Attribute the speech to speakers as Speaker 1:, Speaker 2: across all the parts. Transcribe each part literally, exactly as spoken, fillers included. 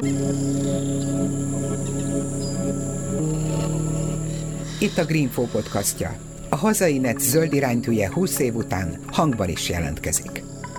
Speaker 1: Itt a Greenfo podcastja. A hazai net zöld iránytűje húsz év után hangban is jelentkezik.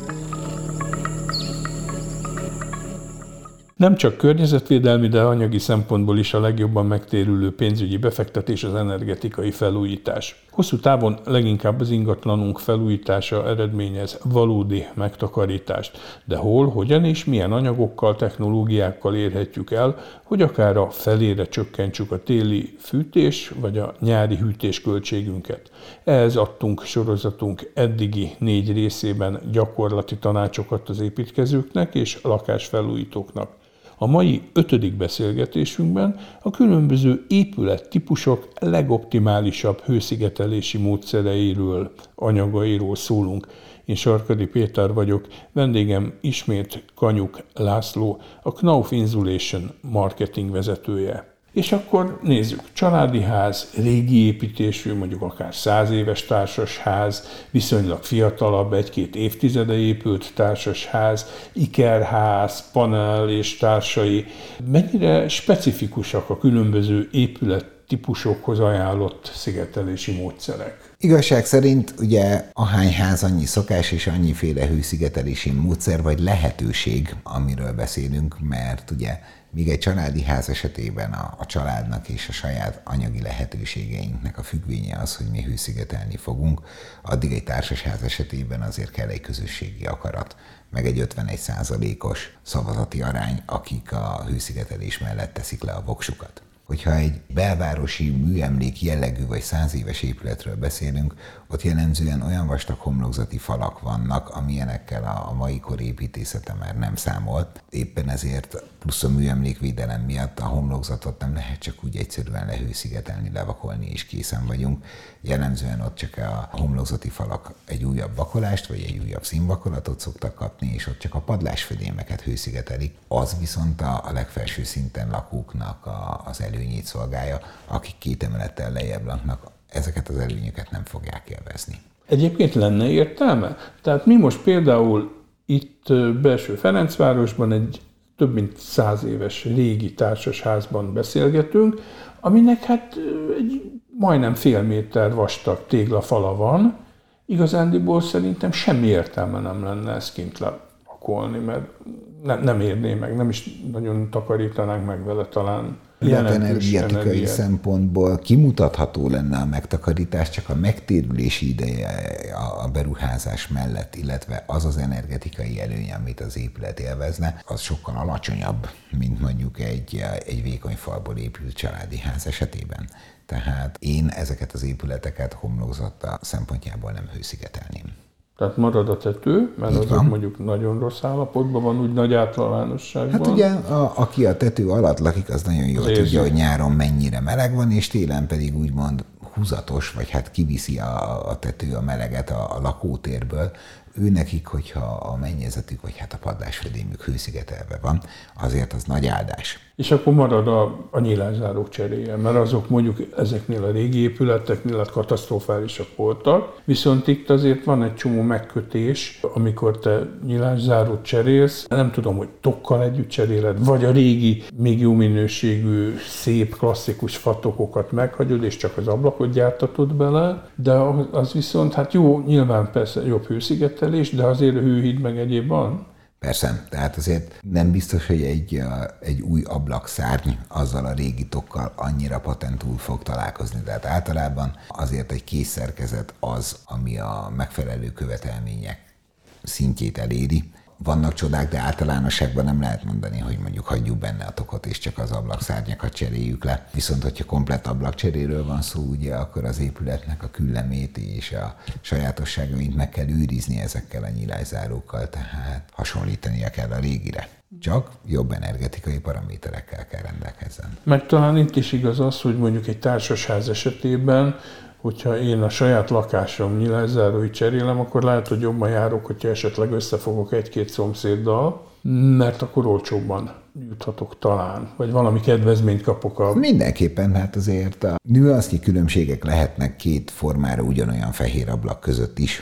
Speaker 2: Nem csak környezetvédelmi, de anyagi szempontból is a legjobban megtérülő pénzügyi befektetés az energetikai felújítás. Hosszú távon leginkább az ingatlanunk felújítása eredményez valódi megtakarítást, de hol, hogyan és milyen anyagokkal, technológiákkal érhetjük el, hogy akár a felére csökkentsük a téli fűtés vagy a nyári hűtés költségünket. Ehhez adtunk sorozatunk eddigi négy részében gyakorlati tanácsokat az építkezőknek és lakásfelújítóknak. A mai ötödik beszélgetésünkben a különböző épülettípusok legoptimálisabb hőszigetelési módszereiről, anyagairól szólunk. Én Sarkadi Péter vagyok, vendégem ismét Kanyuk László, a Knauf Insulation marketing vezetője. És akkor nézzük, családi ház, régi építésű, mondjuk akár száz éves társasház, viszonylag fiatalabb, egy-két évtizede épült társasház, ikerház, panel és társai. Mennyire specifikusak a különböző épülettípusokhoz ajánlott szigetelési módszerek?
Speaker 3: Igazság szerint ugye ahány ház, annyi szokás és annyiféle hőszigetelési módszer vagy lehetőség, amiről beszélünk, mert ugye míg egy családi ház esetében a, a családnak és a saját anyagi lehetőségeinknek a függvénye az, hogy mi hőszigetelni fogunk, addig egy társasház esetében azért kell egy közösségi akarat, meg egy ötvenegy százalékos szavazati arány, akik a hőszigetelés mellett teszik le a voksukat. Hogyha egy belvárosi műemlék jellegű vagy száz éves épületről beszélünk, ott jellemzően olyan vastag homlokzati falak vannak, amilyenekkel a mai kor építészete már nem számolt. Éppen ezért plusz a műemlékvédelem miatt a homlokzatot nem lehet csak úgy egyszerűen lehőszigetelni, levakolni és készen vagyunk. Jellemzően ott csak a homlokzati falak egy újabb vakolást vagy egy újabb színvakolatot szoktak kapni, és ott csak a padlásfödémeket hőszigetelik. Az viszont a legfelső szinten lakóknak a, az előnyét szolgálja, akik két emelettel lejjebb laknak, ezeket az előnyöket nem fogják élvezni.
Speaker 2: Egyébként lenne értelme? Tehát mi most például itt belső Ferencvárosban egy több mint száz éves régi társasházban beszélgetünk, aminek hát egy majdnem fél méter vastag téglafala van. Igazándiból szerintem semmi értelme nem lenne ezt kint lepakolni, mert ne, nem érné meg, nem is nagyon takarítanánk meg vele talán.
Speaker 3: Ilyen energetikai szempontból kimutatható lenne a megtakarítás, csak a megtérülési ideje a beruházás mellett, illetve az az energetikai előny, amit az épület élvezne, az sokkal alacsonyabb, mint mondjuk egy, egy vékony falból épült családi ház esetében. Tehát én ezeket az épületeket homlokzata szempontjából nem hőszigetelném.
Speaker 2: Tehát marad a tető, mert
Speaker 3: így
Speaker 2: azok
Speaker 3: van.
Speaker 2: Mondjuk nagyon rossz állapotban van, úgy nagy általánosságban.
Speaker 3: Hát ugye, a, aki a tető alatt lakik, az nagyon jól az tudja, érző. Hogy nyáron mennyire meleg van, és télen pedig úgymond húzatos, vagy hát kiviszi a, a tető a meleget a, a lakótérből. Ő nekik, hogyha a mennyezetük, vagy hát a padlásfödémük hőszigetelve van, azért az nagy áldás.
Speaker 2: És akkor marad a, a nyílászárók cseréje, mert azok mondjuk ezeknél a régi épületeknél hát katasztrofálisak voltak, viszont itt azért van egy csomó megkötés, amikor te nyílászárót cserélsz, nem tudom, hogy tokkal együtt cseréled, vagy a régi, még jó minőségű, szép, klasszikus fatokokat meghagyod, és csak az ablakot gyártatod bele, de az viszont, hát jó, nyilván persze jobb hőszigetelés, de azért a hőhíd meg egyéb van.
Speaker 3: Persze, tehát azért nem biztos, hogy egy, egy új ablakszárny azzal a régi tokkal annyira patentul fog találkozni. Tehát általában azért egy készszerkezet az, ami a megfelelő követelmények szintjét eléri. Vannak csodák, de általánosságban nem lehet mondani, hogy mondjuk hagyjuk benne a tokot, és csak az ablakszárnyakat cseréljük le. Viszont, hogyha komplett ablakcseréről van szó, ugye, akkor az épületnek a küllemét és a sajátosságait meg kell őrizni ezekkel a nyílászárókkal, tehát hasonlítania kell a régire. Csak jobb energetikai paraméterekkel kell rendelkezzen.
Speaker 2: Meg talán itt is igaz az, hogy mondjuk egy társasház esetében, hogyha én a saját lakásom nyílászáróit cserélem, akkor lehet, hogy jobban járok, hogyha esetleg összefogok egy-két szomszéddal, mert akkor olcsóbban juthatok talán, vagy valami kedvezményt kapok a...
Speaker 3: Mindenképpen, hát azért a nüansznyi különbségek lehetnek két formára ugyanolyan fehér ablak között is.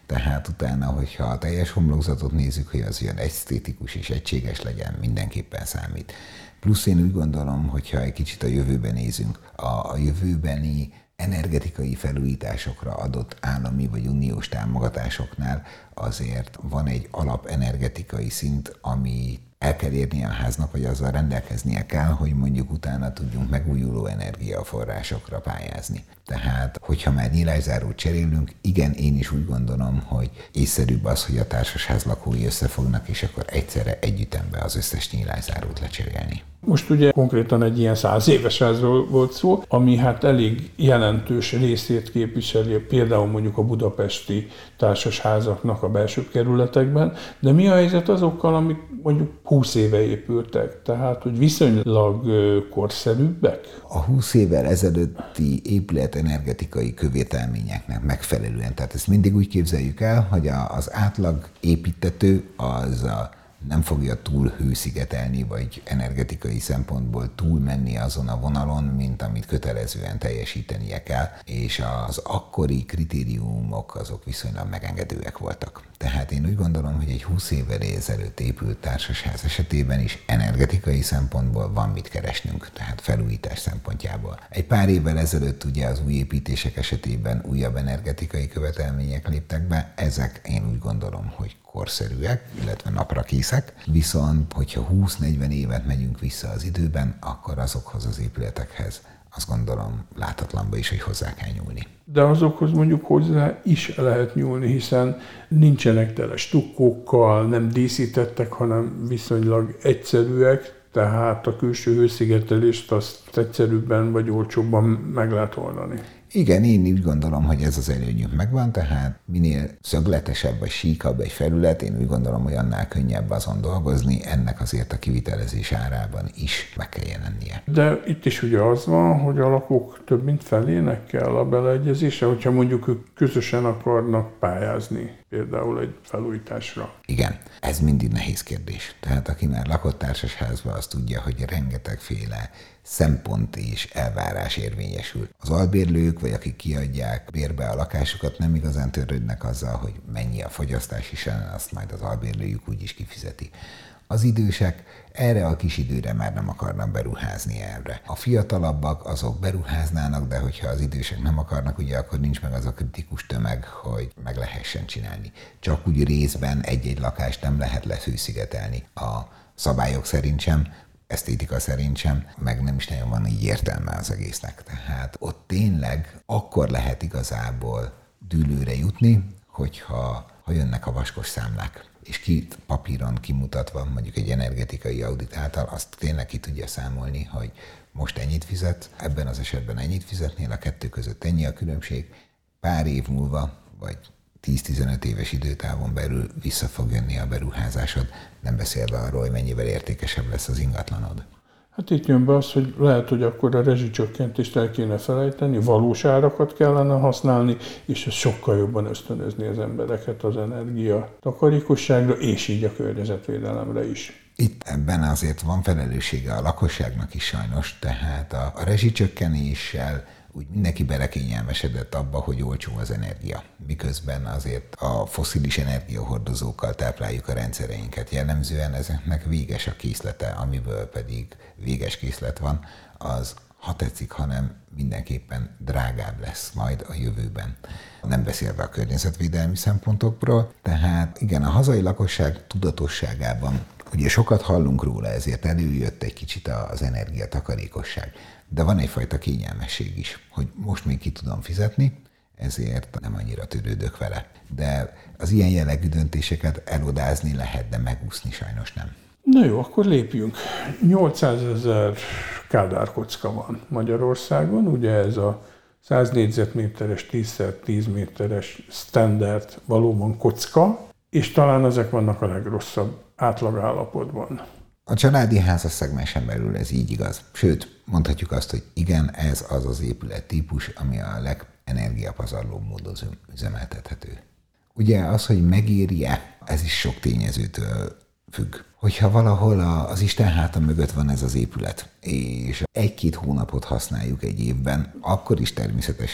Speaker 3: Tehát utána, hogyha a teljes homlokzatot nézzük, hogy az olyan esztétikus és egységes legyen, mindenképpen számít. Plusz én úgy gondolom, hogyha egy kicsit a jövőben nézünk, a, a jövőbeni energetikai felújításokra adott állami vagy uniós támogatásoknál azért van egy alapenergetikai szint, ami el kell érnie a háznak, vagy azzal rendelkeznie kell, hogy mondjuk utána tudjunk megújuló energiaforrásokra pályázni. Tehát, hogyha már nyílászárót cserélünk, igen, én is úgy gondolom, hogy észszerűbb az, hogy a társasház lakói összefognak, és akkor egyszerre együttemben az összes nyílászárót lecserélni.
Speaker 2: Most ugye konkrétan egy ilyen száz éves házról volt szó, ami hát elég jelentős részét képviseli például mondjuk a budapesti társasházaknak a belső kerületekben, de mi a helyzet azokkal, amik mondjuk húsz éve épültek, tehát hogy viszonylag korszerűbbek?
Speaker 3: A húsz évvel ezelőtti épület energetikai követelményeknek megfelelően, tehát ezt mindig úgy képzeljük el, hogy az átlag építető az a nem fogja túl hőszigetelni, vagy energetikai szempontból túlmenni azon a vonalon, mint amit kötelezően teljesítenie kell, és az akkori kritériumok azok viszonylag megengedőek voltak. Tehát én úgy gondolom, hogy egy húsz évvel ezelőtt épült társasház esetében is energetikai szempontból van mit keresnünk, tehát felújítás szempontjából. Egy pár évvel ezelőtt ugye az új építések esetében újabb energetikai követelmények léptek be, ezek én úgy gondolom, hogy korszerűek, illetve napra készek, viszont hogyha húsz-negyven évet megyünk vissza az időben, akkor azokhoz az épületekhez azt gondolom látatlanba is, hogy hozzá kell nyúlni.
Speaker 2: De azokhoz mondjuk hozzá is lehet nyúlni, hiszen nincsenek tele stukkókkal, nem díszítettek, hanem viszonylag egyszerűek, tehát a külső hőszigetelést azt egyszerűbben vagy olcsóbban meg lehet oldani.
Speaker 3: Igen, én úgy gondolom, hogy ez az előnyünk megvan, tehát minél szögletesebb vagy síkabb egy felület, én úgy gondolom, hogy annál könnyebb azon dolgozni, ennek azért a kivitelezés árában is meg kell jelennie.
Speaker 2: De itt is ugye az van, hogy a lakók több mint felének kell a beleegyezése, hogyha mondjuk ők közösen akarnak pályázni, például egy felújításra.
Speaker 3: Igen, ez mindig nehéz kérdés. Tehát aki már lakott társasházban, az tudja, hogy rengetegféle szempont és elvárás érvényesül. Az albérlők, vagy akik kiadják bérbe a lakásukat, nem igazán törődnek azzal, hogy mennyi a fogyasztás, hiszen azt majd az albérlőjük úgyis kifizeti. Az idősek erre a kis időre már nem akarnak beruházni erre. A fiatalabbak azok beruháznának, de hogyha az idősek nem akarnak, ugye akkor nincs meg az a kritikus tömeg, hogy meg lehessen csinálni. Csak úgy részben egy-egy lakást nem lehet lehőszigetelni. A szabályok szerint sem, esztétika szerint sem, meg nem is nagyon van így értelme az egésznek. Tehát ott tényleg akkor lehet igazából dűlőre jutni, hogyha ha jönnek a vaskos számlák, és ki papíron kimutatva, mondjuk egy energetikai audit által, azt tényleg ki tudja számolni, hogy most ennyit fizet, ebben az esetben ennyit fizetnél, a kettő között ennyi a különbség, pár év múlva, vagy tíz-tizenöt éves időtávon belül vissza fog jönni a beruházásod, nem beszélve arról, hogy mennyivel értékesebb lesz az ingatlanod.
Speaker 2: Hát itt jön be az, hogy lehet, hogy akkor a rezsicsökkentést el kéne felejteni, valós árakat kellene használni, és ez sokkal jobban ösztönözni az embereket az energia takarékosságra, és így a környezetvédelemre is.
Speaker 3: Itt ebben azért van felelőssége a lakosságnak is sajnos, tehát a, a rezsicsökkenéssel úgy mindenki belekényelmesedett abba, hogy olcsó az energia. Miközben azért a fosszilis energiahordozókkal tápláljuk a rendszereinket. Jellemzően ezeknek véges a készlete, amiből pedig véges készlet van, az ha tetszik, hanem mindenképpen drágább lesz majd a jövőben. Nem beszélve a környezetvédelmi szempontokról, tehát igen, a hazai lakosság tudatosságában ugye sokat hallunk róla, ezért előjött egy kicsit az energiatakarékosság. De van egyfajta kényelmesség is, hogy most még ki tudom fizetni, ezért nem annyira törődök vele. De az ilyen jellegű döntéseket elodázni lehet, de megúszni sajnos nem.
Speaker 2: Na jó, akkor lépjünk. nyolcszázezer kádárkocka van Magyarországon, ugye ez a száz négyzetméteres, tíz tíz méteres standard valóban kocka, és talán ezek vannak a legrosszabb átlagállapotban.
Speaker 3: A családi házas szegmensen belül ez így igaz. Sőt, mondhatjuk azt, hogy igen, ez az az épülettípus, ami a legenergiapazarlóbb módon üzemeltethető. Ugye az, hogy megéri-e, ez is sok tényezőtől függ. Hogyha valahol az Isten háta mögött van ez az épület, és egy-két hónapot használjuk egy évben, akkor is természetesen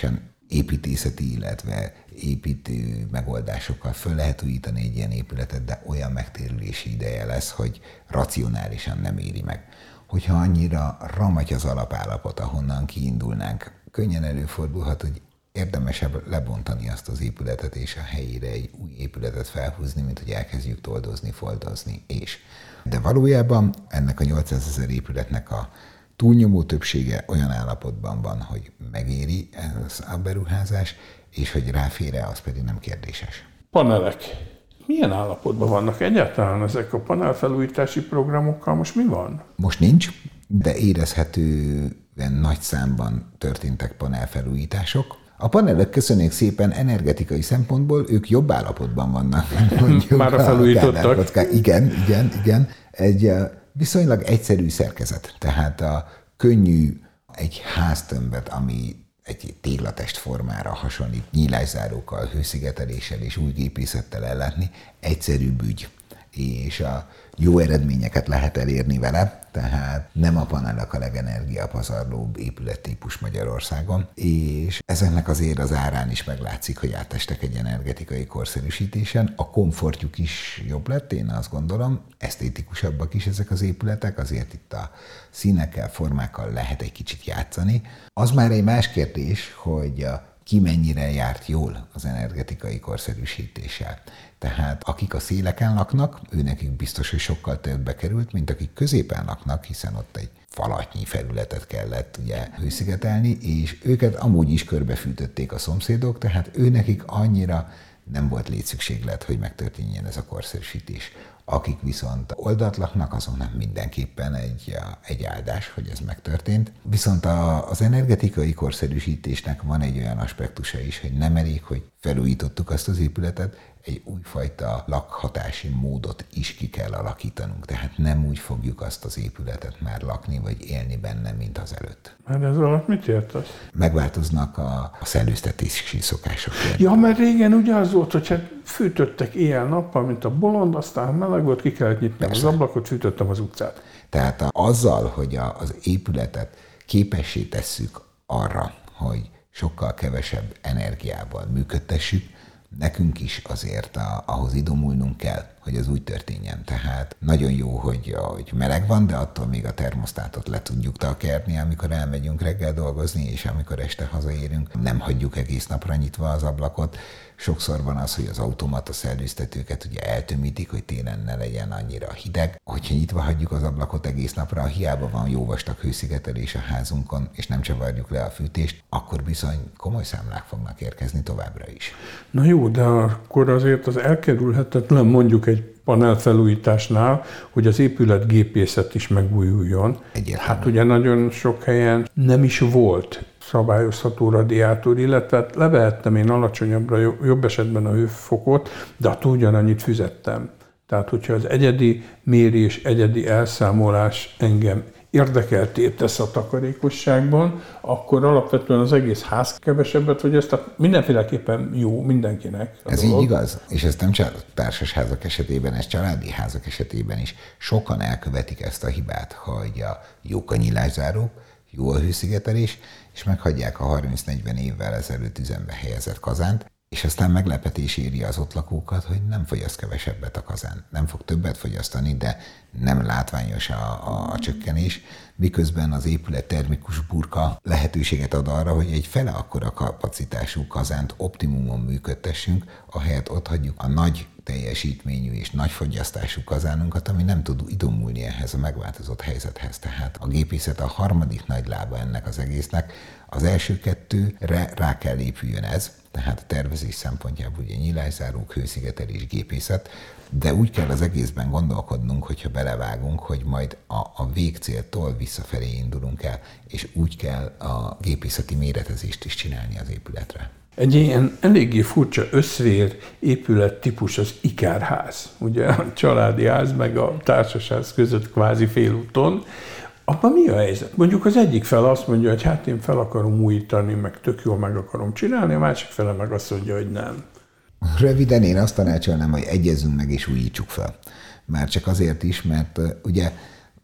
Speaker 3: építészeti, illetve építő megoldásokkal föl lehet újítani egy ilyen épületet, de olyan megtérülési ideje lesz, hogy racionálisan nem éri meg. Hogyha annyira ramagy az alapállapot, ahonnan kiindulnánk, könnyen előfordulhat, hogy érdemesebb lebontani azt az épületet, és a helyére egy új épületet felhúzni, mint hogy elkezdjük toldozni, foldozni, és. De valójában ennek a nyolcszázezer épületnek a túlnyomó többsége olyan állapotban van, hogy megéri ez a beruházás, és hogy ráfér-e, az pedig nem kérdéses.
Speaker 2: Panelek. Milyen állapotban vannak egyáltalán ezek a panelfelújítási programokkal? Most mi van?
Speaker 3: Most nincs, de érezhetően nagy számban történtek panelfelújítások. A panelek, köszönjük szépen, energetikai szempontból ők jobb állapotban vannak.
Speaker 2: Már a felújítottak.
Speaker 3: A igen, igen, igen. Egy viszonylag egyszerű szerkezet. Tehát a könnyű egy háztömbet, ami egy téglatest formára hasonlít, nyílászárókkal, hőszigeteléssel és új gépészettel ellátni, egyszerűbb ügy. És a jó eredményeket lehet elérni vele, tehát nem a panelek a legenergiapazarlóbb épülettípus Magyarországon, és ezeknek azért az árán is meglátszik, hogy átestek egy energetikai korszerűsítésen. A komfortjuk is jobb lett, én azt gondolom, esztétikusabbak is ezek az épületek, azért itt a színekkel, formákkal lehet egy kicsit játszani. Az már egy más kérdés, hogy ki mennyire járt jól az energetikai korszerűsítéssel. Tehát akik a széleken laknak, őnekik biztos, hogy sokkal többbe került, mint akik középen laknak, hiszen ott egy falatnyi felületet kellett ugye hőszigetelni, és őket amúgy is körbefűtötték a szomszédok, tehát őnekik annyira nem volt létszükséglet, hogy megtörténjen ez a korszerűsítés. Akik viszont oldalt laknak, azoknak mindenképpen egy, egy áldás, hogy ez megtörtént. Viszont a, az energetikai korszerűsítésnek van egy olyan aspektusa is, hogy nem elég, hogy felújítottuk azt az épületet, egy újfajta lakhatási módot is ki kell alakítanunk. Tehát nem úgy fogjuk azt az épületet már lakni, vagy élni benne, mint az előtt.
Speaker 2: Mert ez alatt mit értesz?
Speaker 3: Megváltoznak a, a szellőztetési szokások.
Speaker 2: Ja, mert régen ugye az volt, hogy hát fűtöttek éjjel-nappal, mint a bolond, aztán meleg volt, ki kellett nyitni az ablakot, fűtöttem az utcát.
Speaker 3: Tehát azzal, hogy a, az épületet képessé tesszük arra, hogy sokkal kevesebb energiával működtessük, nekünk is azért a, ahhoz idomulnunk kell, hogy az úgy történjen. Tehát nagyon jó, hogy, hogy meleg van, de attól még a termosztátot le tudjuk takerni, amikor elmegyünk reggel dolgozni, és amikor este hazaérünk, nem hagyjuk egész napra nyitva az ablakot. Sokszor van az, hogy az automata szellőztetőket ugye eltömítik, hogy télen ne legyen annyira hideg. Hogyha nyitva hagyjuk az ablakot egész napra, hiába van jó vastag hőszigetelés a házunkon, és nem csavarjuk le a fűtést, akkor bizony komoly számlák fognak érkezni továbbra is.
Speaker 2: Na jó, de akkor azért az elkerülhetetlen mondjuk egy panelfelújításnál, hogy az épület gépészet is megújuljon.
Speaker 3: Egyértelmű.
Speaker 2: Hát ugye nagyon sok helyen nem is volt szabályozható radiátor, illetve levehettem én alacsonyabbra, jobb esetben a hőfokot, de attól ugyanannyit fizettem. Tehát, hogyha az egyedi mérés, egyedi elszámolás engem érdekelté tesz a takarékosságban, akkor alapvetően az egész ház kevesebbet fogyaszt, tehát mindenféleképpen jó mindenkinek.
Speaker 3: Ez dolog. Így igaz, és ez nem csak társasházak esetében, ez családi házak esetében is. Sokan elkövetik ezt a hibát, hogy a jók a nyilászárók, jó a hőszigetelés, és meghagyják a harminc-negyven évvel ezelőtt üzembe helyezett kazánt, és aztán meglepetés éri az ott lakókat, hogy nem fogyaszt kevesebbet a kazán. Nem fog többet fogyasztani, de nem látványos a, a, a csökkenés, miközben az épület termikus burka lehetőséget ad arra, hogy egy fele akkora kapacitású kazánt optimumon működtessünk, ahelyett ott hagyjuk a nagy teljesítményű és nagy fogyasztású kazánunkat, ami nem tud idomulni ehhez a megváltozott helyzethez. Tehát a gépészet a harmadik nagy lába ennek az egésznek. Az első kettőre rá kell épüljön ez, tehát a tervezés szempontjából ugye nyilászárók, hőszigetelés, gépészet, de úgy kell az egészben gondolkodnunk, hogyha belevágunk, hogy majd a, a végcéltól visszafelé indulunk el, és úgy kell a gépészeti méretezést is csinálni az épületre.
Speaker 2: Egy ilyen eléggé furcsa összvér épülettípus az ikerház, ugye a családi ház meg a társasház között kvázi félúton. Abban mi a helyzet? Mondjuk az egyik fel azt mondja, hogy hát én fel akarom újítani, meg tök jól meg akarom csinálni, a másik fele meg azt mondja, hogy nem.
Speaker 3: Röviden én azt tanácsolnám, hogy egyezzünk meg és újítsuk fel. Már csak azért is, mert ugye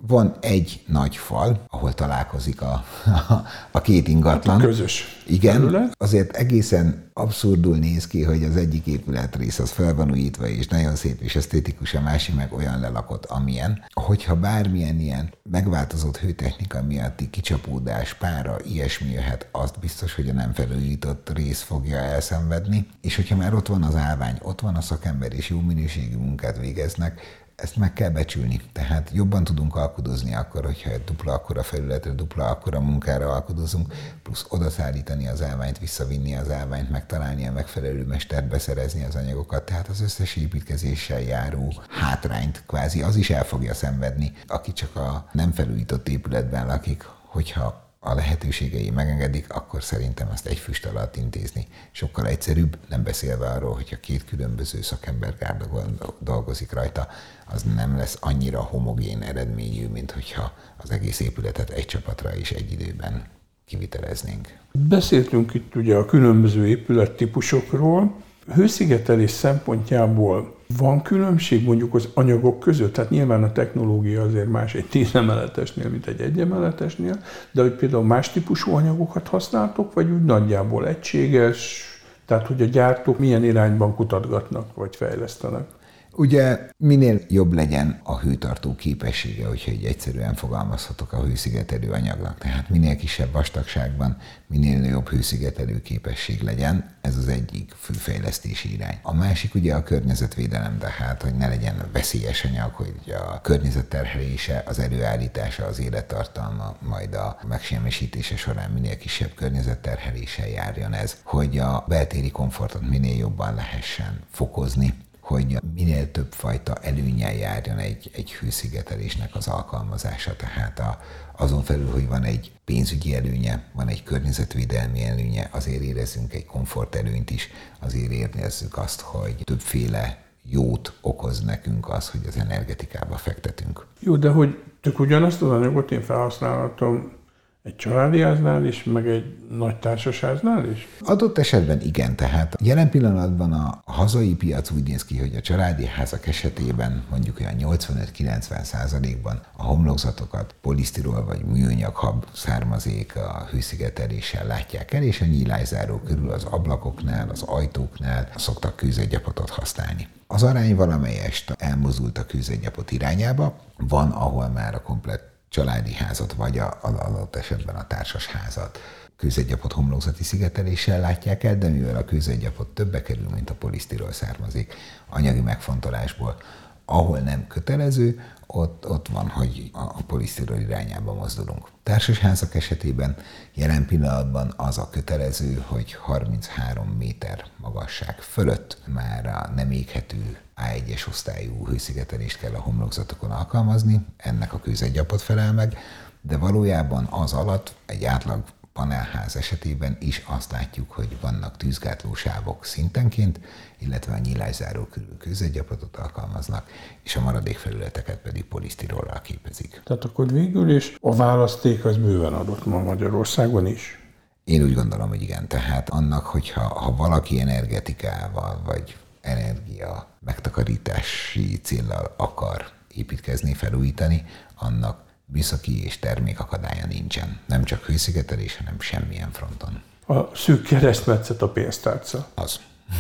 Speaker 3: van egy nagy fal, ahol találkozik a, a, a két ingatlan.
Speaker 2: Hát a közös.
Speaker 3: Igen,
Speaker 2: terület.
Speaker 3: Azért egészen abszurdul néz ki, hogy az egyik épületrész az fel van újítva, és nagyon szép és esztétikus, a másik meg olyan lelakott, amilyen. Hogyha bármilyen ilyen megváltozott hőtechnika miatti kicsapódás, pára, ilyesmi jöhet, azt biztos, hogy a nem felújított rész fogja elszenvedni. És hogyha már ott van az állvány, ott van a szakember, és jó minőségű munkát végeznek, ezt meg kell becsülni. Tehát jobban tudunk alkudozni akkor, hogyha dupla akkora felületre, dupla akkora munkára alkudozunk, plusz odaszállítani az állványt, visszavinni az állványt, megtalálni a megfelelő mestert, beszerezni az anyagokat. Tehát az összes építkezéssel járó hátrányt kvázi az is el fogja szenvedni, aki csak a nem felújított épületben lakik, hogyha a lehetőségei megengedik, akkor szerintem azt egy füst alatt intézni sokkal egyszerűbb, nem beszélve arról, hogyha két különböző szakembergárda dolgozik rajta, az nem lesz annyira homogén eredményű, mint hogyha az egész épületet egy csapatra és egy időben kiviteleznénk.
Speaker 2: Beszéltünk itt ugye a különböző épülettípusokról. Hőszigetelés szempontjából van különbség mondjuk az anyagok között? Tehát nyilván a technológia azért más egy tíz emeletesnél, mint egy egy emeletesnél, de hogy például más típusú anyagokat használtok, vagy úgy nagyjából egységes, tehát hogy a gyártók milyen irányban kutatgatnak, vagy fejlesztenek?
Speaker 3: Ugye minél jobb legyen a hőtartó képessége, hogyha így egyszerűen fogalmazhatok a hőszigetelő anyagnak. Tehát minél kisebb vastagságban, minél jobb hőszigetelő képesség legyen, ez az egyik fő fejlesztési irány. A másik ugye a környezetvédelem, tehát hogy ne legyen veszélyes anyag, hogy a környezet terhelése, az előállítása, az élettartalma, majd a megsemmisítése során minél kisebb környezetterheléssel járjon ez, hogy a beltéri komfortot minél jobban lehessen fokozni, hogy minél több fajta előnnyel járjon egy, egy hőszigetelésnek az alkalmazása. Tehát a, azon felül, hogy van egy pénzügyi előnye, van egy környezetvédelmi előnye, azért érezzünk egy komfort előnyt is, azért érezzük azt, hogy többféle jót okoz nekünk az, hogy az energetikába fektetünk.
Speaker 2: Jó, de hogy tök ugyanazt az anyagot én felhasználhatom egy családi háznál is, meg egy nagy társasháznál is?
Speaker 3: Adott esetben igen, tehát jelen pillanatban a hazai piac úgy néz ki, hogy a családi házak esetében mondjuk olyan nyolcvanöt-kilencven százalékban a homlokzatokat polisztirol vagy műanyag hab származék a hőszigeteléssel látják el, és a nyílászáró körül az ablakoknál, az ajtóknál szoktak kőzetgyapotot használni. Az arány valamelyest elmozdult a kőzetgyapot irányába, van, ahol már a komplett családi házat, vagy a, adott esetben a társas házat kőzetgyapot homlokzati szigeteléssel látják el, de mivel a kőzetgyapot többe kerül, mint a polisztirol származik anyagi megfontolásból, ahol nem kötelező, ott, ott van, hogy a polisztirol irányába mozdulunk. Társasházak esetében jelen pillanatban az a kötelező, hogy harminchárom méter magasság fölött már a nem éghető á egyes osztályú hőszigetelést kell a homlokzatokon alkalmazni, ennek a kőzetgyapot felel meg, de valójában az alatt egy átlag panelház esetében is azt látjuk, hogy vannak tűzgátlósávok szintenként, illetve a nyílászáró körül kőzetgyapotot alkalmaznak, és a maradék felületeket pedig polisztirollal képezik.
Speaker 2: Tehát akkor végül is a választék az bőven adott ma Magyarországon is?
Speaker 3: Én úgy gondolom, hogy igen. Tehát annak, hogyha ha valaki energetikával vagy energia megtakarítási céllal akar építkezni, felújítani, annak műszaki és termékakadálya nincsen. Nem csak hőszigetelés, hanem semmilyen fronton.
Speaker 2: A szűk keresztmetszet a pénztárca.
Speaker 3: Az.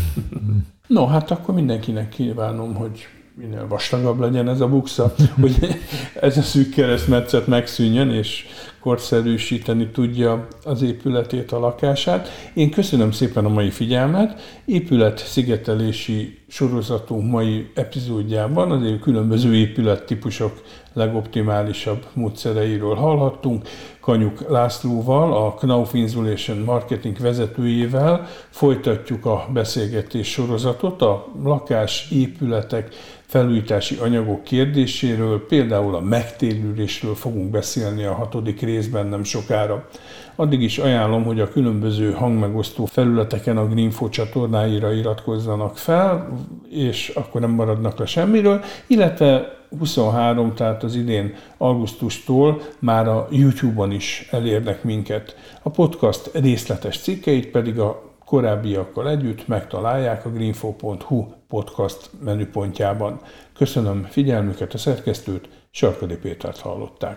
Speaker 2: No, hát akkor mindenkinek kívánom, hogy minél vastagabb legyen ez a buksa, hogy ez a szűk keresztmetszet megszűnjön, és korszerűsíteni tudja az épületét, a lakását. Én köszönöm szépen a mai figyelmet. Épületszigetelési sorozatunk mai epizódjában azért különböző épülettípusok legoptimálisabb módszereiről hallhattunk. Kanyuk Lászlóval, a Knauf Insulation marketing vezetőjével folytatjuk a beszélgetés sorozatot a lakás, épületek, felújítási anyagok kérdéséről, például a megtérülésről fogunk beszélni a hatodik részben nem sokára. Addig is ajánlom, hogy a különböző hangmegosztó felületeken a Greenfo csatornáira iratkozzanak fel, és akkor nem maradnak le semmiről, illetve huszonhárom, tehát az idén augusztustól már a YouTube-on is elérnek minket. A podcast részletes cikkeit pedig a korábbiakkal együtt megtalálják a greenfo pont hu podcast menüpontjában. Köszönöm figyelmüket, a szerkesztőt, Sarkadi Pétert hallották.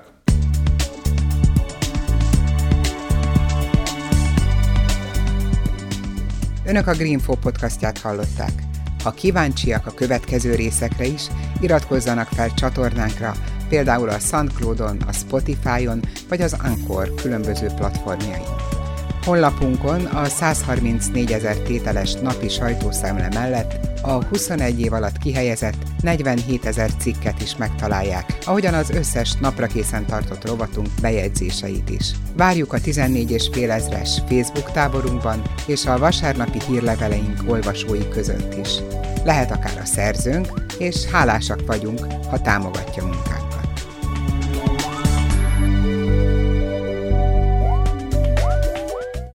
Speaker 1: Önök a Greenfo podcastját hallották. Ha kíváncsiak a következő részekre is, iratkozzanak fel csatornánkra, például a SoundCloudon, a Spotify-on vagy az Anchor különböző platformjain. Honlapunkon a százharmincnégyezer tételes napi sajtószemle mellett a huszonegy év alatt kihelyezett negyvenhétezer cikket is megtalálják, ahogyan az összes napra készen tartott rovatunk bejegyzéseit is. Várjuk a tizennégy és fél ezres Facebook táborunkban és a vasárnapi hírleveleink olvasói között is. Lehet akár a szerzőnk, és hálásak vagyunk, ha támogatja munkát.